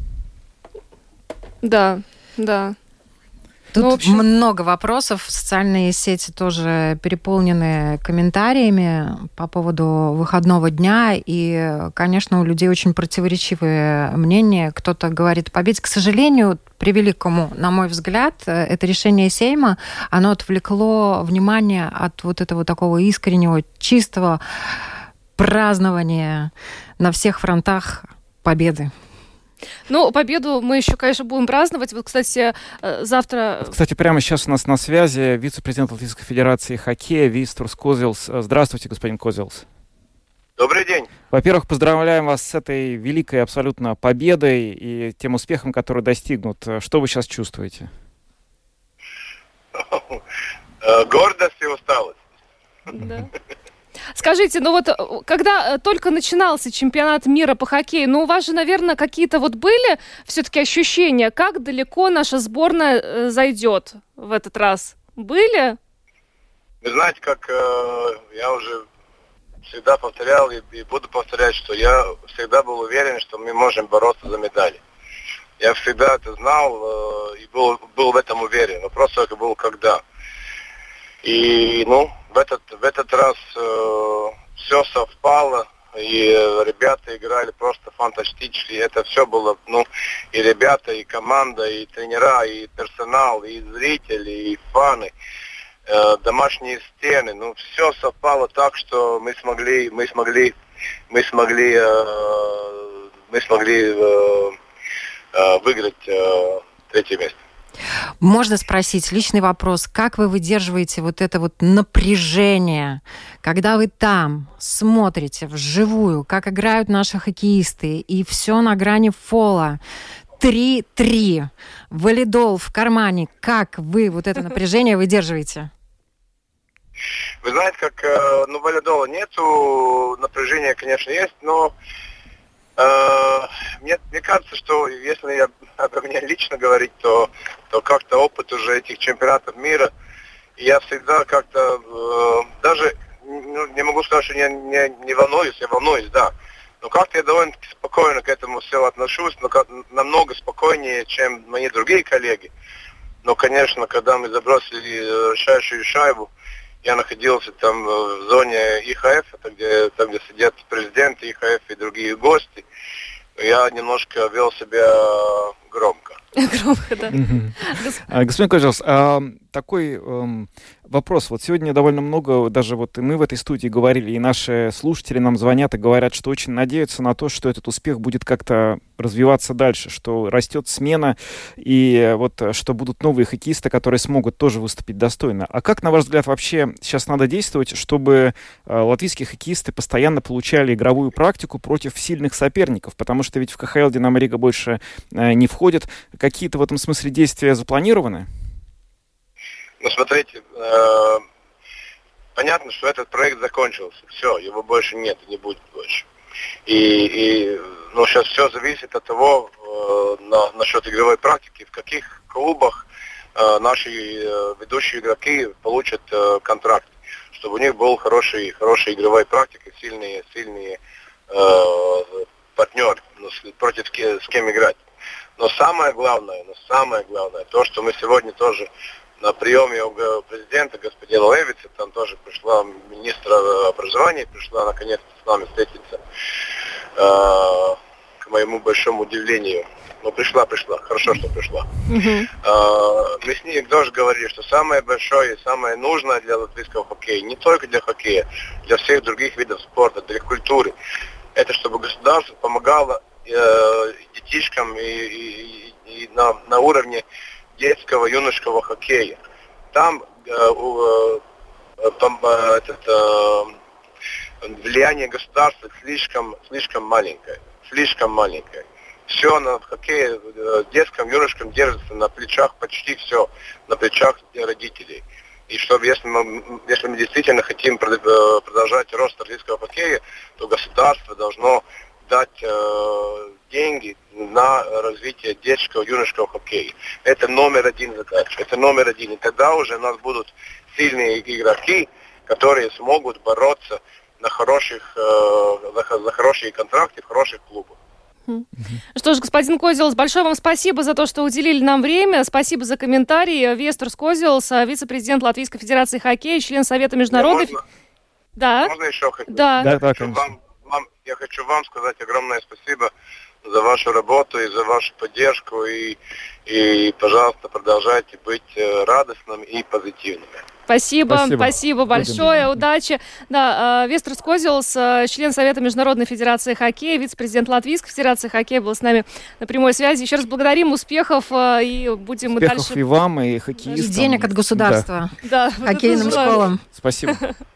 Да, да. Тут ну, общем... много вопросов. Социальные сети тоже переполнены комментариями по поводу выходного дня. И, конечно, у людей очень противоречивые мнения. Кто-то говорит о победе. К сожалению, превеликому, на мой взгляд, это решение Сейма, оно отвлекло внимание от вот этого такого искреннего, чистого празднования на всех фронтах победы. Ну, победу мы еще, конечно, будем праздновать. Вот, кстати, завтра... Кстати, прямо сейчас у нас на связи вице-президент Латвийской Федерации хоккея Висторс Козелс. Здравствуйте, господин Козелс. Добрый день. Во-первых, поздравляем вас с этой великой абсолютно победой и тем успехом, который достигнут. Что вы сейчас чувствуете? Гордость и усталость. Да. Скажите, ну вот когда только начинался чемпионат мира по хоккею, ну у вас же, наверное, какие-то вот были все-таки ощущения, как далеко наша сборная зайдет в этот раз? Были? Вы знаете, как э, я уже всегда повторял и, и буду повторять, что я всегда был уверен, что мы можем бороться за медали. Я всегда это знал э, и был, был в этом уверен. Вопрос только был когда. И, ну, в этот, в этот раз э, все совпало, и э, ребята играли просто фантастически. Это все было, ну, и ребята, и команда, и тренера, и персонал, и зрители, и фаны, э, домашние стены. Ну, все совпало так, что мы смогли, мы смогли, мы смогли, э, мы смогли э, э, выиграть э, третье место. Можно спросить, личный вопрос, как вы выдерживаете вот это вот напряжение, когда вы там смотрите вживую, как играют наши хоккеисты, и все на грани фола, три-три, валидол в кармане, как вы вот это напряжение выдерживаете? Вы знаете, как, ну, валидола нету, напряжение, конечно, есть, но э, мне, мне кажется, что если я обо мне лично говорить, то, то как-то опыт уже этих чемпионатов мира, я всегда как-то, э, даже, ну, не могу сказать, что не, не, не волнуюсь, я волнуюсь, да, но как-то я довольно спокойно к этому все отношусь, но как, намного спокойнее, чем мои другие коллеги. Но, конечно, когда мы забросили решающую шайбу, я находился там в зоне И Х Ф, это где, там, где сидят президенты И Х Ф и другие гости. Я немножко вел себя громко. Громко, да. Господин Козелс, такой вопрос. Вот сегодня довольно много, даже вот и мы в этой студии говорили, и наши слушатели нам звонят и говорят, что очень надеются на то, что этот успех будет как-то развиваться дальше, что растет смена, и вот что будут новые хоккеисты, которые смогут тоже выступить достойно. А как, на ваш взгляд, вообще сейчас надо действовать, чтобы латвийские хоккеисты постоянно получали игровую практику против сильных соперников? Потому что ведь в Ка Ха Эл Динамо Рига больше не входит. Какие-то в этом смысле действия запланированы? Ну, смотрите, э, понятно, что этот проект закончился. Все, его больше нет, не будет больше. И, и ну, сейчас все зависит от того, э, на, насчет игровой практики, в каких клубах э, наши э, ведущие игроки получат э, контракт, чтобы у них был хороший, хороший игровой практик, сильные, сильные э, партнеры, ну, против с кем играть. Но самое главное, но самое главное, то, что мы сегодня тоже на приеме у президента, господина Левица, там тоже пришла министра образования, пришла наконец-то с нами встретиться, э, к моему большому удивлению. Ну, пришла, пришла, хорошо, что пришла. Uh-huh. Э, мы с ней тоже говорили, что самое большое и самое нужное для латвийского хоккея, не только для хоккея, для всех других видов спорта, для культуры, это чтобы государство помогало э, детишкам и, и, и на, на уровне детского, юношеского хоккея. Там э, э, э, этот, э, влияние государства слишком, слишком маленькое. Слишком маленькое. Все на хоккее, э, детском, юношеском держится на плечах, почти все на плечах родителей. И чтобы, если мы, если мы действительно хотим продолжать рост российского хоккея, то государство должно дать э, деньги на развитие детского, юношеского хоккея. Это номер один задача. Это номер один. И тогда уже у нас будут сильные игроки, которые смогут бороться на хороших, э, за, за хорошие контракты в хороших клубах. Что ж, господин Козелс, большое вам спасибо за то, что уделили нам время. Спасибо за комментарий. Вестерс Козелс, вице-президент Латвийской Федерации хоккея, член Совета международной... Можно? Да. Можно еще хотеть? Да. Я, да, хочу вам, вам, я хочу вам сказать огромное спасибо за вашу работу и за вашу поддержку. И, и пожалуйста, продолжайте быть радостными и позитивными. Спасибо, спасибо, спасибо большое, Будем. Удачи. Да, Вестерс Козелс, член Совета Международной Федерации хоккея, вице-президент Латвийской Федерации хоккея, был с нами на прямой связи. Еще раз благодарим, успехов, и будем успехов дальше... и вам, и хоккеистам. И денег от государства. Да. Хоккейным школам. Спасибо.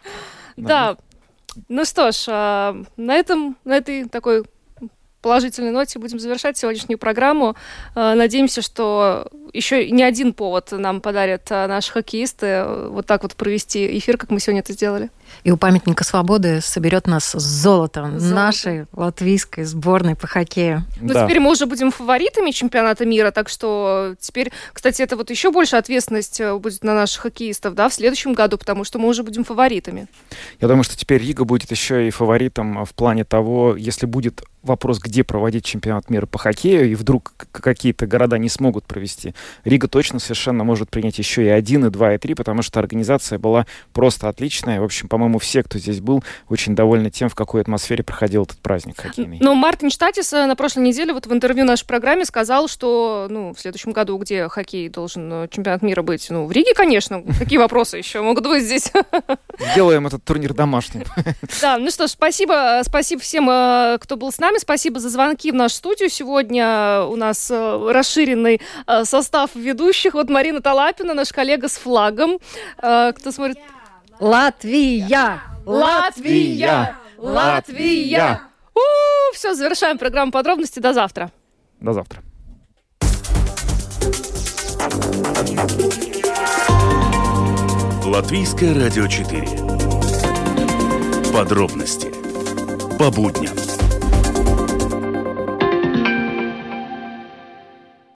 Да. Ну что ж, на этом, на этой такой положительной ноте будем завершать сегодняшнюю программу. Надеемся, что еще не один повод нам подарят наши хоккеисты вот так вот провести эфир, как мы сегодня это сделали. И у памятника свободы соберет нас золото, золото. нашей латвийской сборной по хоккею. Ну, да. Теперь мы уже будем фаворитами чемпионата мира, так что теперь, кстати, это вот еще больше ответственность будет на наших хоккеистов, да, в следующем году, потому что мы уже будем фаворитами. Я думаю, что теперь Рига будет еще и фаворитом в плане того, если будет вопрос, где проводить чемпионат мира по хоккею, и вдруг какие-то города не смогут провести, Рига точно совершенно может принять еще и один, и два, и три, потому что организация была просто отличная. В общем, по-моему, все, кто здесь был, очень довольны тем, в какой атмосфере проходил этот праздник хоккейный. Но Мартин Штатис на прошлой неделе вот в интервью нашей программе сказал, что ну, в следующем году, где хоккей должен чемпионат мира быть, ну, в Риге, конечно, какие вопросы еще могут быть здесь? Сделаем этот турнир домашним. Да, ну что ж, спасибо, спасибо всем, кто был с нами, спасибо за звонки в нашу студию. Сегодня у нас расширенный состав ведущих. Вот Марина Талапина, наш коллега с флагом. Кто смотрит... Латвия! Латвия! Латвия! У-у-у, все, завершаем программу подробности. До завтра. До завтра. Латвийское радио четыре. Подробности по будням.